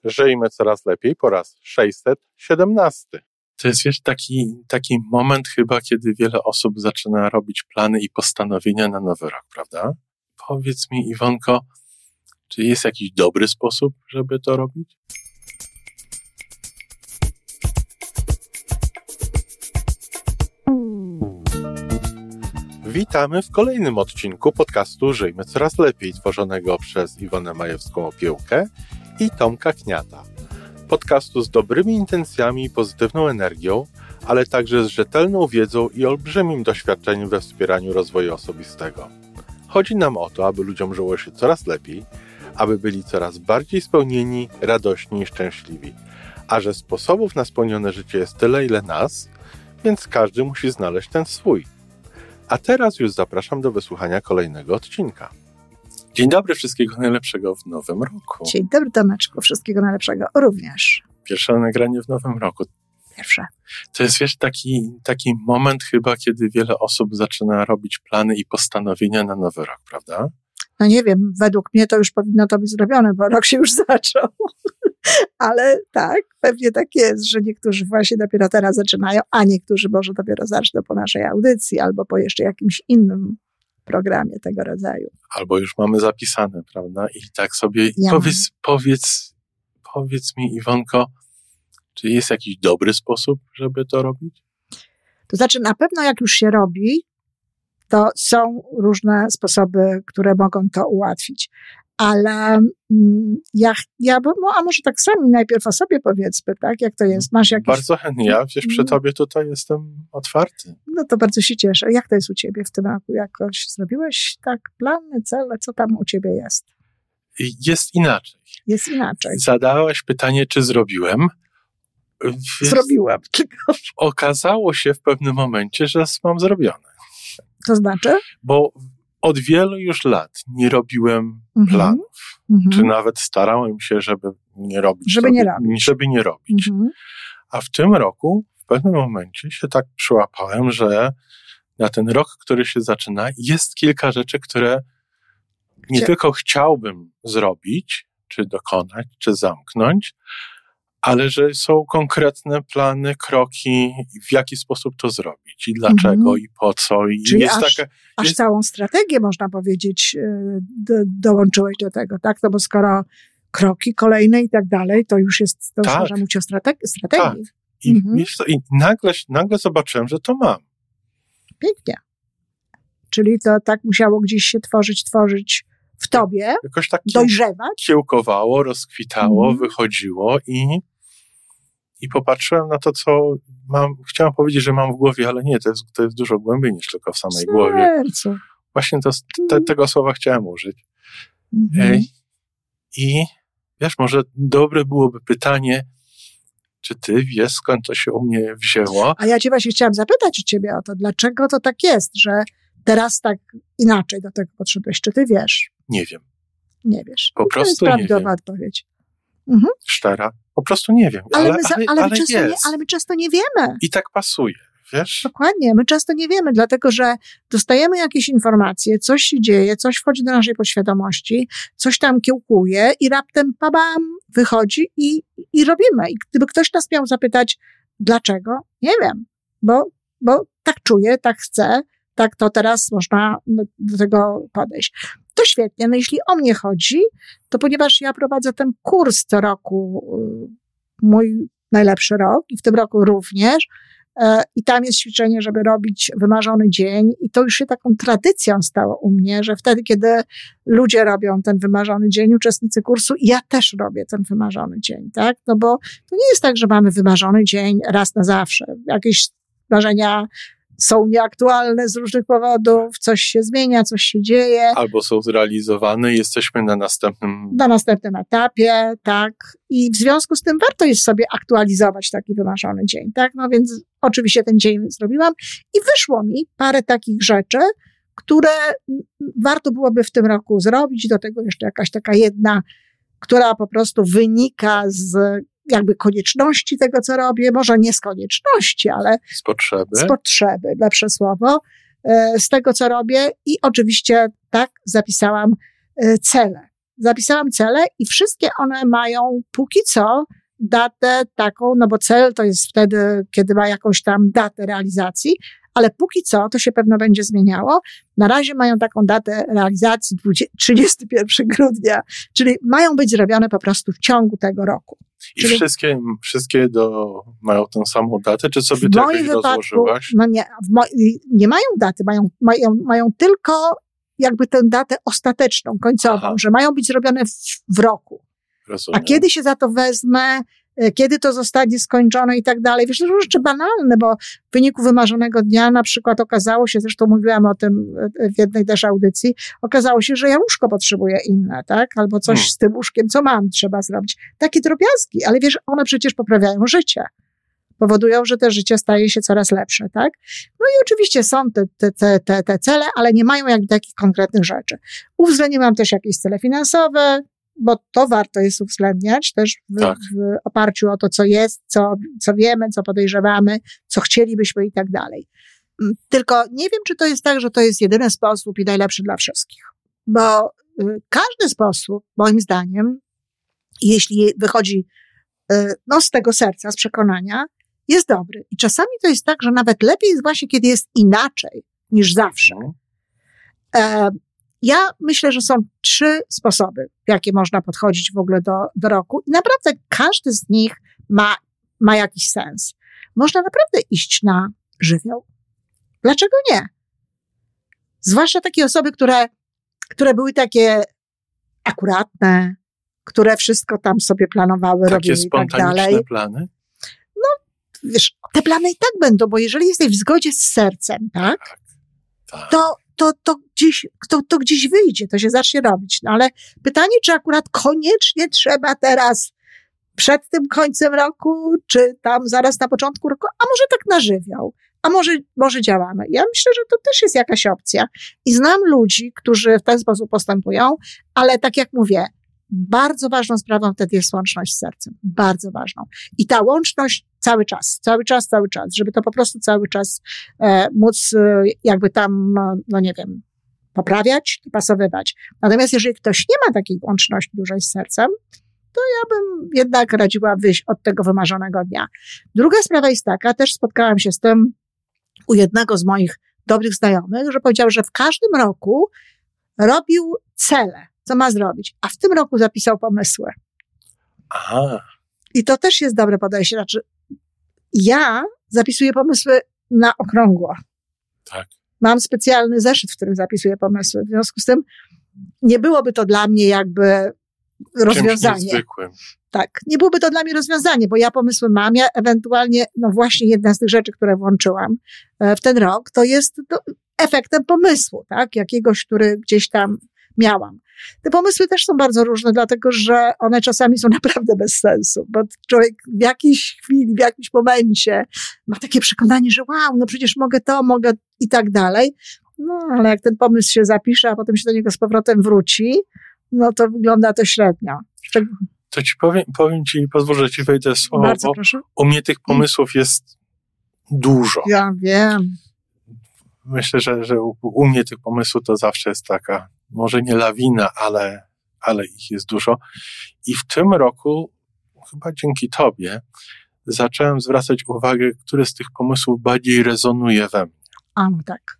Żyjmy coraz lepiej po raz 617. To jest, taki moment chyba, kiedy wiele osób zaczyna robić plany i postanowienia na nowy rok, prawda? Powiedz mi, Iwonko, czy jest jakiś dobry sposób, żeby to robić? Witamy w kolejnym odcinku podcastu Żyjmy Coraz Lepiej, tworzonego przez Iwonę Majewską-Opiełkę i Tomka Kniata. Podcastu z dobrymi intencjami i pozytywną energią, ale także z rzetelną wiedzą i olbrzymim doświadczeniem we wspieraniu rozwoju osobistego. Chodzi nam o to, aby ludziom żyło się coraz lepiej, aby byli coraz bardziej spełnieni, radośni i szczęśliwi. A że sposobów na spełnione życie jest tyle, ile nas, więc każdy musi znaleźć ten swój. A teraz już zapraszam do wysłuchania kolejnego odcinka. Dzień dobry, wszystkiego najlepszego w nowym roku. Dzień dobry, Tomeczku, wszystkiego najlepszego również. Pierwsze nagranie w nowym roku. Pierwsze. To jest, taki moment chyba, kiedy wiele osób zaczyna robić plany i postanowienia na nowy rok, prawda? No nie wiem, według mnie to już powinno to być zrobione, bo rok się już zaczął. Ale tak, pewnie tak jest, że niektórzy właśnie dopiero teraz zaczynają, a niektórzy może dopiero zaczną po naszej audycji albo po jeszcze jakimś innym programie tego rodzaju. Albo już mamy zapisane, prawda? I tak sobie powiedz mi, Iwonko, czy jest jakiś dobry sposób, żeby to robić? To znaczy, na pewno jak już się robi, to są różne sposoby, które mogą to ułatwić. Ale a może tak sami najpierw o sobie powiedzmy, tak? Jak to jest? Masz jakieś... Bardzo chętnie. Ja przy tobie tutaj jestem otwarty. No to bardzo się cieszę. Jak to jest u ciebie w tym roku? Jakoś zrobiłeś tak plany, cele? Co tam u ciebie jest? Jest inaczej. Jest inaczej. Zadałaś pytanie, czy zrobiłem. Zrobiłam. Tylko... Okazało się w pewnym momencie, że mam zrobione. To znaczy? Bo od wielu już lat nie robiłem planów. Czy nawet starałem się, żeby nie robić. Żeby nie robić. A w tym roku w pewnym momencie się tak przyłapałem, że na ten rok, który się zaczyna, jest kilka rzeczy, które nie tylko chciałbym zrobić, czy dokonać, czy zamknąć, ale że są konkretne plany, kroki, w jaki sposób to zrobić i dlaczego i po co. I czyli aż całą strategię, można powiedzieć, dołączyłeś do tego, tak? No bo skoro kroki kolejne i tak dalej, to już można mówić o strategii. Tak. I nagle zobaczyłem, że to mam. Pięknie. Czyli to tak musiało gdzieś się tworzyć w tobie, jakoś tak dojrzewać. Kiełkowało, rozkwitało, wychodziło i popatrzyłem na to, co mam. Chciałem powiedzieć, że mam w głowie, ale nie, to jest dużo głębiej niż tylko w samej głowie. Właśnie tego słowa chciałem użyć. I wiesz, może dobre byłoby pytanie, czy ty wiesz, skąd to się u mnie wzięło? A ja cię właśnie chciałam zapytać ciebie o to, dlaczego to tak jest, że teraz tak inaczej do tego podszedłeś. Czy ty wiesz? Nie wiem. Nie wiesz. Po prostu nie wiem. To jest prawidłowa odpowiedź. Szczera. Po prostu nie wiem. Ale my często nie wiemy. I tak pasuje, wiesz? Dokładnie. My często nie wiemy, dlatego że dostajemy jakieś informacje, coś się dzieje, coś wchodzi do naszej podświadomości, coś tam kiełkuje i raptem wychodzi i robimy. I gdyby ktoś nas miał zapytać, dlaczego? Nie wiem. Bo tak czuję, tak chcę, tak to teraz można do tego podejść. To świetnie. No jeśli o mnie chodzi, to ponieważ ja prowadzę ten kurs co roku, mój najlepszy rok i w tym roku również, i tam jest ćwiczenie, żeby robić wymarzony dzień i to już się taką tradycją stało u mnie, że wtedy, kiedy ludzie robią ten wymarzony dzień, uczestnicy kursu, ja też robię ten wymarzony dzień, tak? No bo to nie jest tak, że mamy wymarzony dzień raz na zawsze. Jakieś marzenia są nieaktualne z różnych powodów, coś się zmienia, coś się dzieje. Albo są zrealizowane i jesteśmy na następnym etapie, tak. I w związku z tym warto jest sobie aktualizować taki wymarzony dzień, tak. No więc oczywiście ten dzień zrobiłam i wyszło mi parę takich rzeczy, które warto byłoby w tym roku zrobić. Do tego jeszcze jakaś taka jedna, która po prostu wynika z jakby konieczności tego, co robię, może nie z konieczności, ale z potrzeby, lepsze słowo, z tego, co robię i oczywiście tak zapisałam cele. zapisałam cele i wszystkie one mają póki co datę taką, no bo cel to jest wtedy, kiedy ma jakąś tam datę realizacji, ale póki co to się pewno będzie zmieniało. Na razie mają taką datę realizacji 31 grudnia, czyli mają być zrobione po prostu w ciągu tego roku. I czyli wszystkie mają tę samą datę, czy sobie to jakoś rozłożyłaś? No nie mają daty, mają tylko jakby tę datę ostateczną, końcową, że mają być zrobione w roku. Rozumiem. A kiedy się za to wezmę, kiedy to zostanie skończone i tak dalej. Wiesz, to są rzeczy banalne, bo w wyniku wymarzonego dnia na przykład okazało się, zresztą mówiłam o tym w jednej też audycji, okazało się, że ja łóżko potrzebuję inne, tak? Albo coś z tym łóżkiem, co mam, trzeba zrobić. Takie drobiazgi, ale wiesz, one przecież poprawiają życie. Powodują, że to życie staje się coraz lepsze, tak? No i oczywiście są te cele, ale nie mają jakby takich konkretnych rzeczy. Uwzględniłam też jakieś cele finansowe, bo to warto jest uwzględniać też w oparciu o to, co jest, co wiemy, co podejrzewamy, co chcielibyśmy i tak dalej. Tylko nie wiem, czy to jest tak, że to jest jedyny sposób i najlepszy dla wszystkich. Bo każdy sposób, moim zdaniem, jeśli wychodzi z tego serca, z przekonania, jest dobry. I czasami to jest tak, że nawet lepiej jest właśnie, kiedy jest inaczej niż zawsze. Ja myślę, że są 3 sposoby, w jakie można podchodzić w ogóle do roku i naprawdę każdy z nich ma jakiś sens. Można naprawdę iść na żywioł. Dlaczego nie? Zwłaszcza takie osoby, które były takie akuratne, które wszystko tam sobie planowały, robiły i tak dalej. Takie spontaniczne plany? No, wiesz, te plany i tak będą, bo jeżeli jesteś w zgodzie z sercem, tak. To gdzieś wyjdzie, to się zacznie robić. No ale pytanie, czy akurat koniecznie trzeba teraz przed tym końcem roku, czy tam zaraz na początku roku, a może tak na żywioł, a może działamy. Ja myślę, że to też jest jakaś opcja. I znam ludzi, którzy w ten sposób postępują, ale tak jak mówię, bardzo ważną sprawą wtedy jest łączność z sercem. Bardzo ważną. I ta łączność cały czas, żeby to po prostu cały czas móc jakby tam, no nie wiem, poprawiać, dopasowywać. Natomiast jeżeli ktoś nie ma takiej łączności dużej z sercem, to ja bym jednak radziła wyjść od tego wymarzonego dnia. Druga sprawa jest taka, też spotkałam się z tym u jednego z moich dobrych znajomych, że powiedział, że w każdym roku robił cele, co ma zrobić, a w tym roku zapisał pomysły. Aha. I to też jest dobre podejście. Znaczy, ja zapisuję pomysły na okrągło. Tak. Mam specjalny zeszyt, w którym zapisuję pomysły. W związku z tym nie byłoby to dla mnie jakby rozwiązanie. Czymś niezwykłym. Tak, nie byłoby to dla mnie rozwiązanie, bo ja pomysły mam, ja ewentualnie, no właśnie jedna z tych rzeczy, które włączyłam w ten rok, to jest efektem pomysłu, tak, jakiegoś, który gdzieś tam miałam. Te pomysły też są bardzo różne, dlatego że one czasami są naprawdę bez sensu, bo człowiek w jakiejś chwili, w jakimś momencie ma takie przekonanie, że wow, no przecież mogę i tak dalej. No, ale jak ten pomysł się zapisze, a potem się do niego z powrotem wróci, no to wygląda to średnio. To ci powiem ci, pozwól, że ci wejdę słowo, bardzo bo proszę. U mnie tych pomysłów jest dużo. Ja wiem. Myślę, że u mnie tych pomysłów to zawsze jest taka, może nie lawina, ale ich jest dużo. I w tym roku, chyba dzięki tobie, zacząłem zwracać uwagę, który z tych pomysłów bardziej rezonuje we mnie. A, no tak.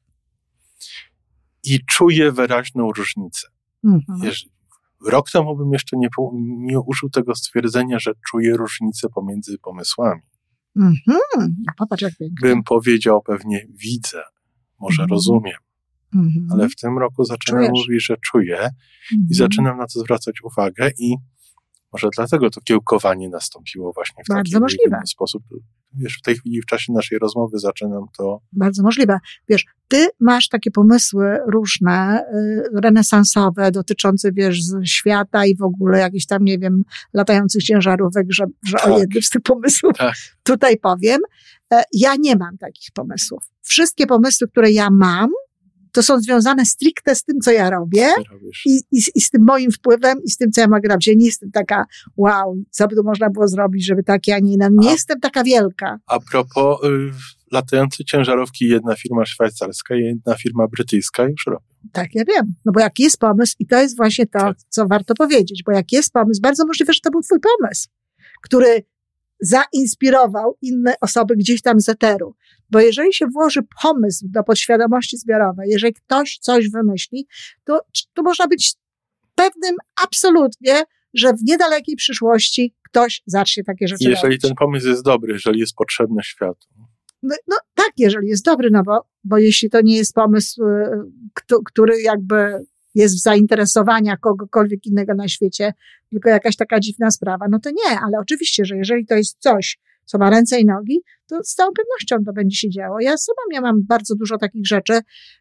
I czuję wyraźną różnicę. Mhm. Rok temu bym jeszcze nie użył tego stwierdzenia, że czuję różnicę pomiędzy pomysłami. Mhm. No popatrz, jak pięknie. Bym powiedział pewnie widzę, może rozumiem. Ale w tym roku zaczynam mówić, że czuję i zaczynam na to zwracać uwagę i może dlatego to kiełkowanie nastąpiło właśnie w taki inny sposób. Wiesz, w tej chwili, w czasie naszej rozmowy zaczynam to... Bardzo możliwe. Wiesz, ty masz takie pomysły różne, renesansowe, dotyczące, wiesz, świata i w ogóle jakichś tam, nie wiem, latających ciężarówek, że tak. O jednym z tych pomysłów tutaj powiem. Ja nie mam takich pomysłów. Wszystkie pomysły, które ja mam, to są związane stricte z tym, co ja robię i z tym moim wpływem i z tym, co ja mogę robić. Ja nie jestem taka, wow, co by tu można było zrobić, żeby takie, a nie inne. Nie jestem taka wielka. A propos latające ciężarówki, jedna firma szwajcarska i jedna firma brytyjska już robią. Tak, ja wiem. No bo jaki jest pomysł i to jest właśnie to, co warto powiedzieć, bo jaki jest pomysł, bardzo możliwe, że to był twój pomysł, który zainspirował inne osoby gdzieś tam z eteru. Bo jeżeli się włoży pomysł do podświadomości zbiorowej, jeżeli ktoś coś wymyśli, to można być pewnym absolutnie, że w niedalekiej przyszłości ktoś zacznie takie rzeczy robić. Jeżeli ten pomysł jest dobry, jeżeli jest potrzebny światu. No tak, jeżeli jest dobry, no bo jeśli to nie jest pomysł, który jakby jest w zainteresowaniach kogokolwiek innego na świecie, tylko jakaś taka dziwna sprawa, no to nie, ale oczywiście, że jeżeli to jest coś, co ma ręce i nogi, to z całą pewnością to będzie się działo. Ja sama miałam bardzo dużo takich rzeczy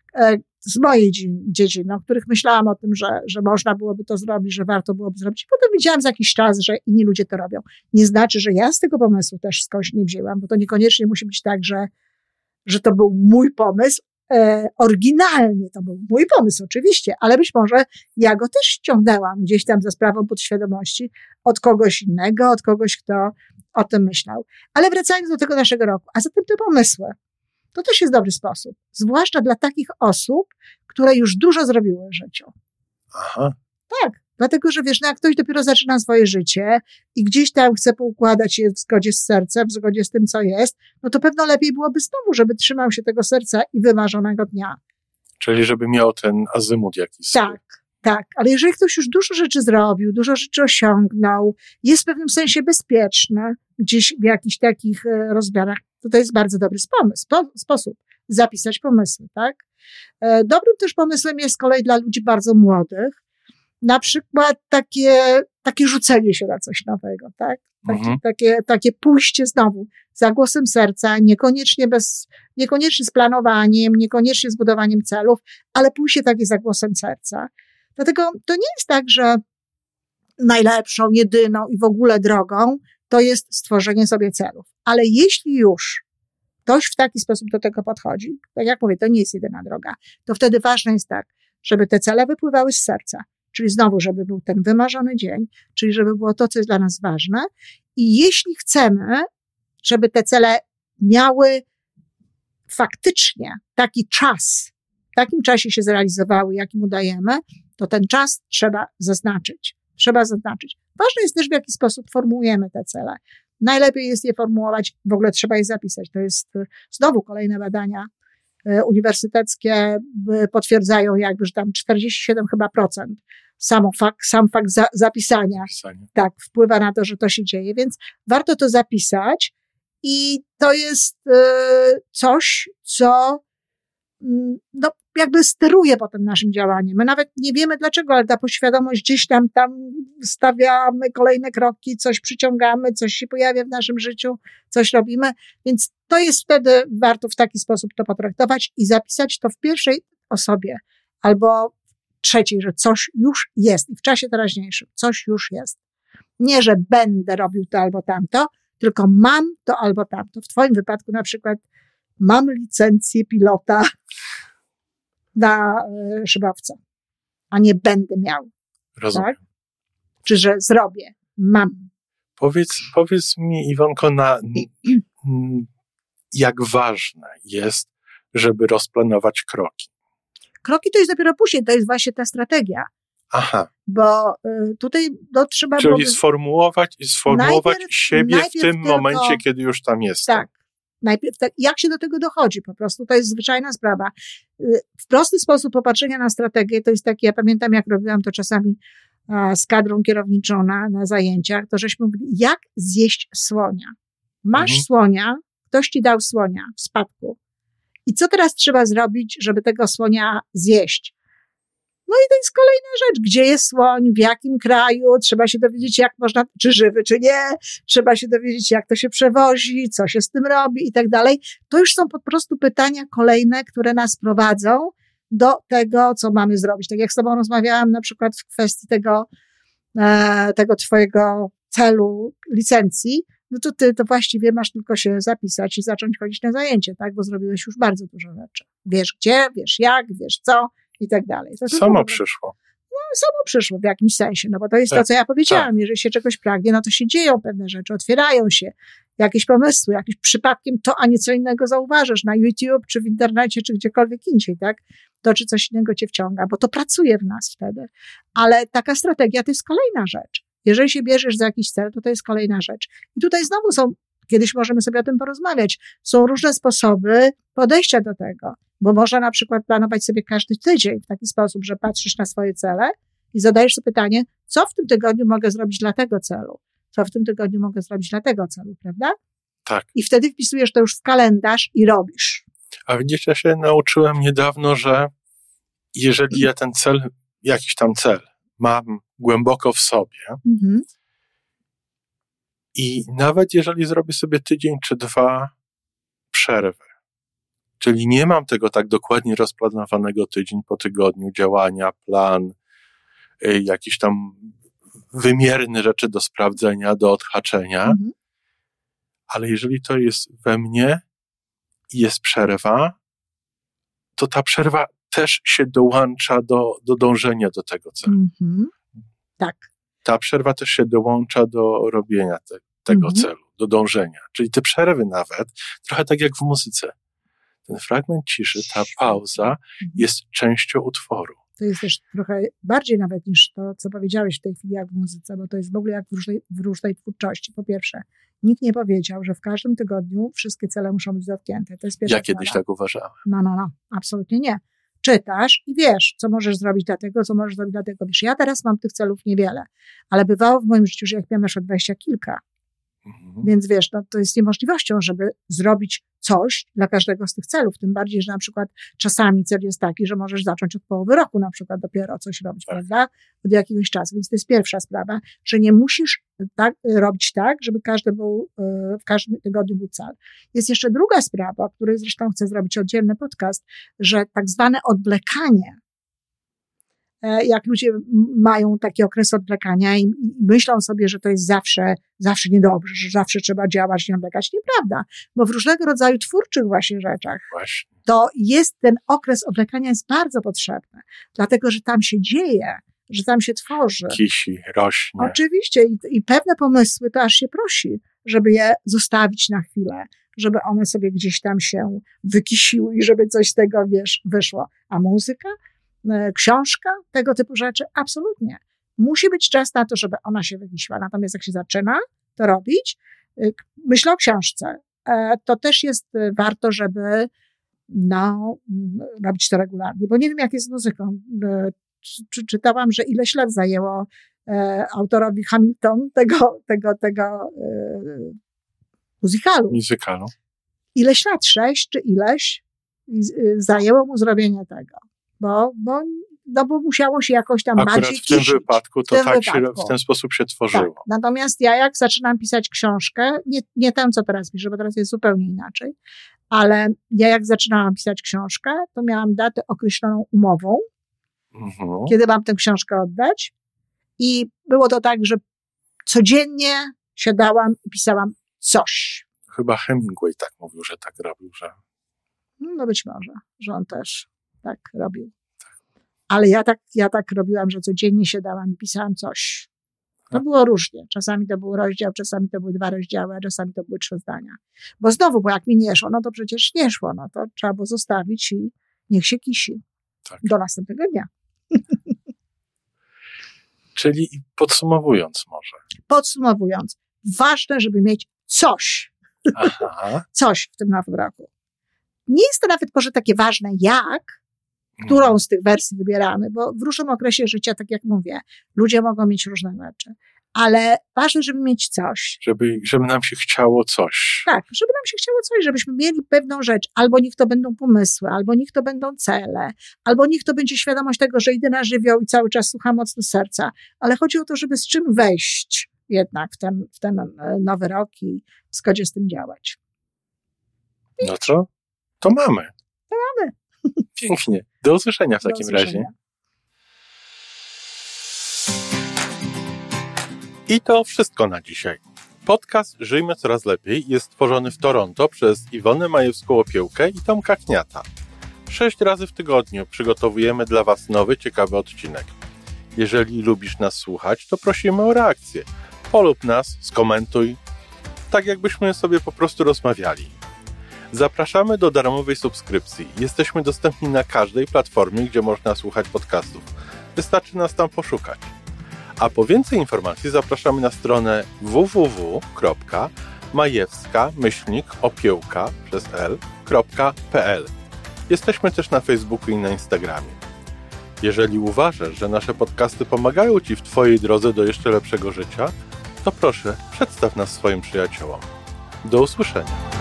z mojej dziedziny, o których myślałam o tym, że można byłoby to zrobić, że warto byłoby zrobić. I potem widziałam za jakiś czas, że inni ludzie to robią. Nie znaczy, że ja z tego pomysłu też skądś nie wzięłam, bo to niekoniecznie musi być tak, że to był mój pomysł. Oryginalnie to był mój pomysł oczywiście, ale być może ja go też ściągnęłam gdzieś tam za sprawą podświadomości od kogoś innego, od kogoś, kto o tym myślał. Ale wracając do tego naszego roku, a zatem te pomysły, to też jest dobry sposób, zwłaszcza dla takich osób, które już dużo zrobiły w życiu. Aha. Tak, dlatego, że wiesz, no jak ktoś dopiero zaczyna swoje życie i gdzieś tam chce poukładać je w zgodzie z sercem, w zgodzie z tym, co jest, no to pewno lepiej byłoby znowu, żeby trzymał się tego serca i wymarzonego dnia. Czyli żeby miał ten azymut jakiś. Tak, ale jeżeli ktoś już dużo rzeczy zrobił, dużo rzeczy osiągnął, jest w pewnym sensie bezpieczny gdzieś w jakichś takich rozmiarach, to jest bardzo dobry sposób zapisać pomysły, tak? Dobrym też pomysłem jest z kolei dla ludzi bardzo młodych, na przykład takie rzucenie się na coś nowego, tak? Takie pójście znowu za głosem serca, niekoniecznie z planowaniem, niekoniecznie z budowaniem celów, ale pójście takie za głosem serca. Dlatego to nie jest tak, że najlepszą, jedyną i w ogóle drogą to jest stworzenie sobie celów. Ale jeśli już ktoś w taki sposób do tego podchodzi, tak jak mówię, to nie jest jedyna droga, to wtedy ważne jest tak, żeby te cele wypływały z serca. Czyli znowu, żeby był ten wymarzony dzień, czyli żeby było to, co jest dla nas ważne. I jeśli chcemy, żeby te cele miały faktycznie taki czas, w takim czasie się zrealizowały, jakim udajemy, to ten czas trzeba zaznaczyć. Ważne jest też, w jaki sposób formułujemy te cele. Najlepiej jest je formułować, w ogóle trzeba je zapisać. To jest znowu kolejne badania uniwersyteckie potwierdzają jakby, że tam 47 chyba procent sam fakt zapisania tak, wpływa na to, że to się dzieje, więc warto to zapisać i to jest coś, co no, jakby steruje potem naszym działaniem. My nawet nie wiemy dlaczego, ale ta podświadomość gdzieś tam stawiamy kolejne kroki, coś przyciągamy, coś się pojawia w naszym życiu, coś robimy, więc to jest wtedy warto w taki sposób to potraktować i zapisać to w pierwszej osobie albo trzeciej, że coś już jest i w czasie teraźniejszym coś już jest. Nie, że będę robił to albo tamto, tylko mam to albo tamto. W twoim wypadku na przykład mam licencję pilota na szybowca, a nie będę miał. Rozumiem. Tak? Czy że zrobię. Mam. Powiedz mi, Iwonko, jak ważne jest, żeby rozplanować kroki? Kroki to jest dopiero później, to jest właśnie ta strategia. Aha. Bo tutaj trzeba... Czyli sformułować siebie w tym momencie, kiedy już tam jestem. Tak. Najpierw jak się do tego dochodzi po prostu, to jest zwyczajna sprawa. W prosty sposób popatrzenia na strategię, to jest takie, ja pamiętam jak robiłam to czasami z kadrą kierowniczą na zajęciach, to żeśmy mówili, jak zjeść słonia. Masz słonia, ktoś ci dał słonia w spadku. I co teraz trzeba zrobić, żeby tego słonia zjeść? No i to jest kolejna rzecz. Gdzie jest słoń, w jakim kraju? Trzeba się dowiedzieć, jak można, czy żywy, czy nie. Trzeba się dowiedzieć, jak to się przewozi, co się z tym robi i tak dalej. To już są po prostu pytania kolejne, które nas prowadzą do tego, co mamy zrobić. Tak jak z tobą rozmawiałam na przykład w kwestii tego twojego celu, licencji, no to ty to właściwie masz tylko się zapisać i zacząć chodzić na zajęcie, tak? Bo zrobiłeś już bardzo dużo rzeczy. Wiesz gdzie, wiesz jak, wiesz co i tak dalej. Samo przyszło. No, samo przyszło w jakimś sensie, no bo to jest to, co ja powiedziałam. Jeżeli się czegoś pragnie, no to się dzieją pewne rzeczy, otwierają się jakieś pomysły, jakimś przypadkiem to, a nie co innego zauważasz na YouTube, czy w internecie, czy gdziekolwiek indziej, tak? To, czy coś innego cię wciąga, bo to pracuje w nas wtedy. Ale taka strategia to jest kolejna rzecz. Jeżeli się bierzesz za jakiś cel, to jest kolejna rzecz. I tutaj znowu kiedyś możemy sobie o tym porozmawiać, są różne sposoby podejścia do tego, bo można na przykład planować sobie każdy tydzień w taki sposób, że patrzysz na swoje cele i zadajesz sobie pytanie, co w tym tygodniu mogę zrobić dla tego celu? Co w tym tygodniu mogę zrobić dla tego celu, prawda? Tak. I wtedy wpisujesz to już w kalendarz i robisz. A widzisz, ja się nauczyłem niedawno, że jeżeli ja ten cel, jakiś tam cel mam głęboko w sobie i nawet jeżeli zrobię sobie tydzień czy 2 przerwy, czyli nie mam tego tak dokładnie rozplanowanego tydzień po tygodniu, działania, plan, jakieś tam wymierne rzeczy do sprawdzenia, do odhaczenia, ale jeżeli to jest we mnie i jest przerwa, to ta przerwa też się dołącza do dążenia do tego celu. Tak. Ta przerwa też się dołącza do robienia tego celu, do dążenia. Czyli te przerwy nawet, trochę tak jak w muzyce. Ten fragment ciszy, ta pauza jest częścią utworu. To jest też trochę bardziej nawet niż to, co powiedziałeś w tej chwili jak w muzyce, bo to jest w ogóle jak w różnej twórczości. Po pierwsze, nikt nie powiedział, że w każdym tygodniu wszystkie cele muszą być dotknięte. To jest pierwsza Ja kiedyś tak uważałem. No, absolutnie nie. Czytasz i wiesz, co możesz zrobić dla tego, co możesz zrobić dla tego. Wiesz, ja teraz mam tych celów niewiele, ale bywało w moim życiu, że jak miałem na przykład 20 kilka. Więc wiesz, no, to jest niemożliwością, żeby zrobić coś dla każdego z tych celów. Tym bardziej, że na przykład czasami cel jest taki, że możesz zacząć od połowy roku na przykład dopiero coś robić, prawda? Od jakiegoś czasu. Więc to jest pierwsza sprawa, że nie musisz robić tak, żeby w każdym tygodniu był cel. Jest jeszcze druga sprawa, o której zresztą chcę zrobić oddzielny podcast, że tak zwane odwlekanie, jak ludzie mają taki okres odwlekania i myślą sobie, że to jest zawsze niedobrze, że zawsze trzeba działać, nie odwlekać. Nieprawda, bo w różnego rodzaju twórczych właśnie rzeczach to jest ten okres odwlekania jest bardzo potrzebny, dlatego, że tam się dzieje, że tam się tworzy. Kisi, rośnie. Oczywiście i pewne pomysły to aż się prosi, żeby je zostawić na chwilę, żeby one sobie gdzieś tam się wykisiły i żeby coś z tego, wiesz, wyszło. A muzyka? Książka, tego typu rzeczy, absolutnie. Musi być czas na to, żeby ona się wykisiła. Natomiast jak się zaczyna to robić, myślę o książce, to też jest warto, żeby robić to regularnie. Bo nie wiem, jak jest z muzyką. Czytałam, że ileś lat zajęło autorowi Hamilton tego muzykalu. Ileś lat, 6 czy ileś zajęło mu zrobienie tego. Bo musiało się jakoś tam akurat bardziej w tym kisić. wypadku to w ten sposób się tworzyło. Tak. Natomiast ja jak zaczynam pisać książkę, nie tę, co teraz piszę, bo teraz jest zupełnie inaczej, ale ja jak zaczynałam pisać książkę, to miałam datę określoną umową, kiedy mam tę książkę oddać i było to tak, że codziennie siadałam i pisałam coś. Chyba Hemingway tak mówił, że tak robił, że... No być może, że on też tak robił. Ale ja tak robiłam, że codziennie siadałam i pisałam coś. To było różnie. Czasami to był rozdział, czasami to były 2 rozdziały, a czasami to były 3 zdania. Bo jak mi nie szło, no to przecież nie szło. No to trzeba było zostawić i niech się kisi. Tak. Do następnego dnia. Czyli podsumowując może. Podsumowując, ważne, żeby mieć coś. Coś w tym nowym roku. Nie jest to nawet może takie ważne którą z tych wersji wybieramy, bo w różnym okresie życia, tak jak mówię, ludzie mogą mieć różne rzeczy. Ale ważne, żeby mieć coś. Żeby nam się chciało coś. Tak, żeby nam się chciało coś, żebyśmy mieli pewną rzecz. Albo niech to będą pomysły, albo niech to będą cele, albo niech to będzie świadomość tego, że idę na żywioł i cały czas słucham mocno serca. Ale chodzi o to, żeby z czym wejść jednak w ten nowy rok i w zgodzie z tym działać. No to mamy. Pięknie. Do usłyszenia w takim razie. I to wszystko na dzisiaj. Podcast Żyjmy Coraz Lepiej jest stworzony w Toronto przez Iwonę Majewską-Opiełkę i Tomka Kniata. 6 razy w tygodniu przygotowujemy dla Was nowy, ciekawy odcinek. Jeżeli lubisz nas słuchać, to prosimy o reakcję. Polub nas, skomentuj. tak jakbyśmy sobie po prostu rozmawiali. Zapraszamy do darmowej subskrypcji. Jesteśmy dostępni na każdej platformie, gdzie można słuchać podcastów. Wystarczy nas tam poszukać. A po więcej informacji zapraszamy na stronę www.majewska-opiełka.pl. Jesteśmy też na Facebooku i na Instagramie. Jeżeli uważasz, że nasze podcasty pomagają Ci w Twojej drodze do jeszcze lepszego życia, to proszę, przedstaw nas swoim przyjaciołom. Do usłyszenia.